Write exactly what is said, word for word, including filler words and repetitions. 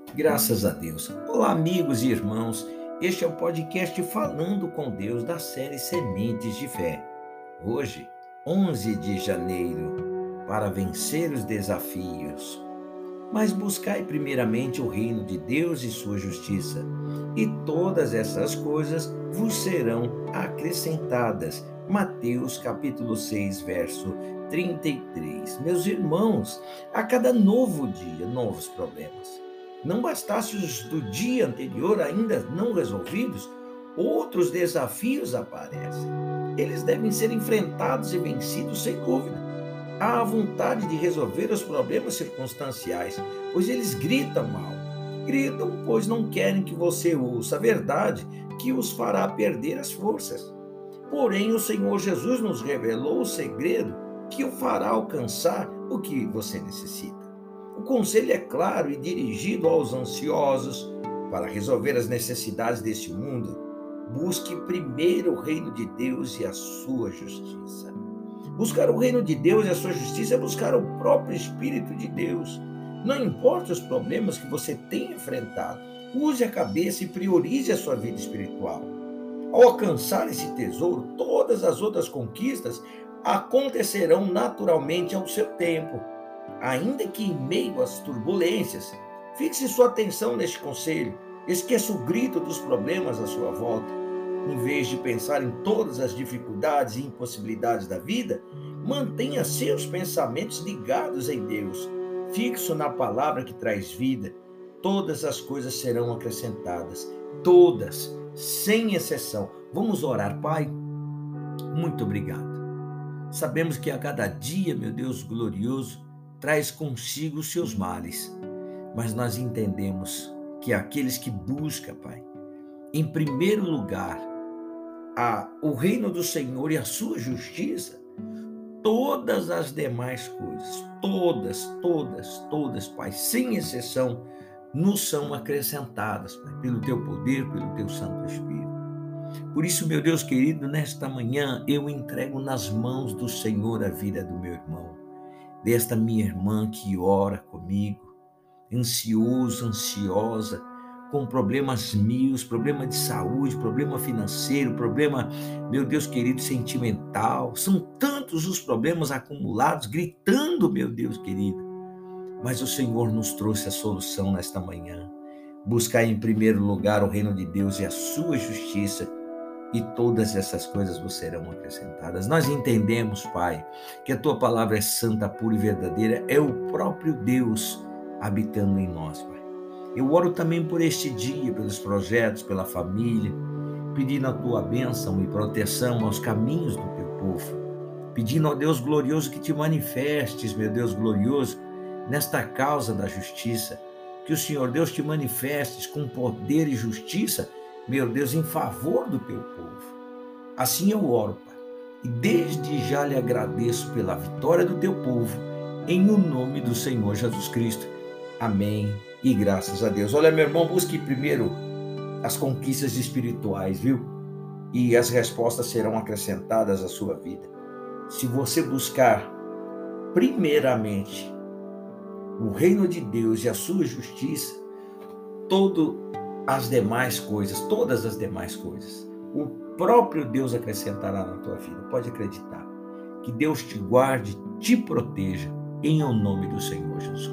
Graças a Deus. Olá, amigos e irmãos. Este é o podcast Falando com Deus da série Sementes de Fé. Hoje, onze de janeiro, para vencer os desafios. Mas buscai primeiramente o reino de Deus e sua justiça, e todas essas coisas vos serão acrescentadas. Mateus capítulo seis, verso trinta e três. Meus irmãos, a cada novo dia, novos problemas. Não bastasse os do dia anterior ainda não resolvidos, outros desafios aparecem. Eles devem ser enfrentados e vencidos sem dúvida. Há a vontade de resolver os problemas circunstanciais, pois eles gritam mal. Gritam, pois não querem que você ouça a verdade, que os fará perder as forças. Porém, o Senhor Jesus nos revelou o segredo que o fará alcançar o que você necessita. O conselho é claro e dirigido aos ansiosos para resolver as necessidades deste mundo. Busque primeiro o reino de Deus e a sua justiça. Buscar o reino de Deus e a sua justiça é buscar o próprio Espírito de Deus. Não importa os problemas que você tenha enfrentado, use a cabeça e priorize a sua vida espiritual. Ao alcançar esse tesouro, todas as outras conquistas acontecerão naturalmente ao seu tempo. Ainda que em meio às turbulências, fixe sua atenção neste conselho. Esqueça o grito dos problemas à sua volta. Em vez de pensar em todas as dificuldades e impossibilidades da vida, mantenha seus pensamentos ligados em Deus, fixo na palavra que traz vida. Todas as coisas serão acrescentadas, todas, sem exceção. Vamos orar, Pai? Muito obrigado. Sabemos que a cada dia, meu Deus glorioso, traz consigo os seus males, mas nós entendemos que aqueles que buscam, Pai, em primeiro lugar, a, o reino do Senhor e a sua justiça, todas as demais coisas, todas, todas, todas, Pai, sem exceção, nos são acrescentadas, Pai, pelo teu poder, pelo teu Santo Espírito. Por isso, meu Deus querido, nesta manhã eu entrego nas mãos do Senhor a vida do meu irmão, desta minha irmã que ora comigo, ansioso, ansiosa, com problemas mil, problema de saúde, problema financeiro, problema, meu Deus querido, sentimental. São tantos os problemas acumulados, gritando, meu Deus querido. Mas o Senhor nos trouxe a solução nesta manhã. Buscar em primeiro lugar o reino de Deus e a sua justiça, e todas essas coisas vos serão acrescentadas. Nós entendemos, Pai, que a tua palavra é santa, pura e verdadeira, é o próprio Deus habitando em nós, Pai. Eu oro também por este dia, pelos projetos, pela família, pedindo a tua bênção e proteção aos caminhos do teu povo, pedindo ao Deus glorioso que te manifestes, meu Deus glorioso, nesta causa da justiça, que o Senhor Deus te manifestes com poder e justiça, meu Deus, em favor do teu povo. Assim eu oro, Pai, e desde já lhe agradeço pela vitória do teu povo, em o nome do Senhor Jesus Cristo. Amém e graças a Deus. Olha, meu irmão, busque primeiro as conquistas espirituais, viu? E as respostas serão acrescentadas à sua vida. Se você buscar primeiramente o reino de Deus e a sua justiça, todo as demais coisas, todas as demais coisas, o próprio Deus acrescentará na tua vida. Pode acreditar. Que Deus te guarde, te proteja, em o nome do Senhor Jesus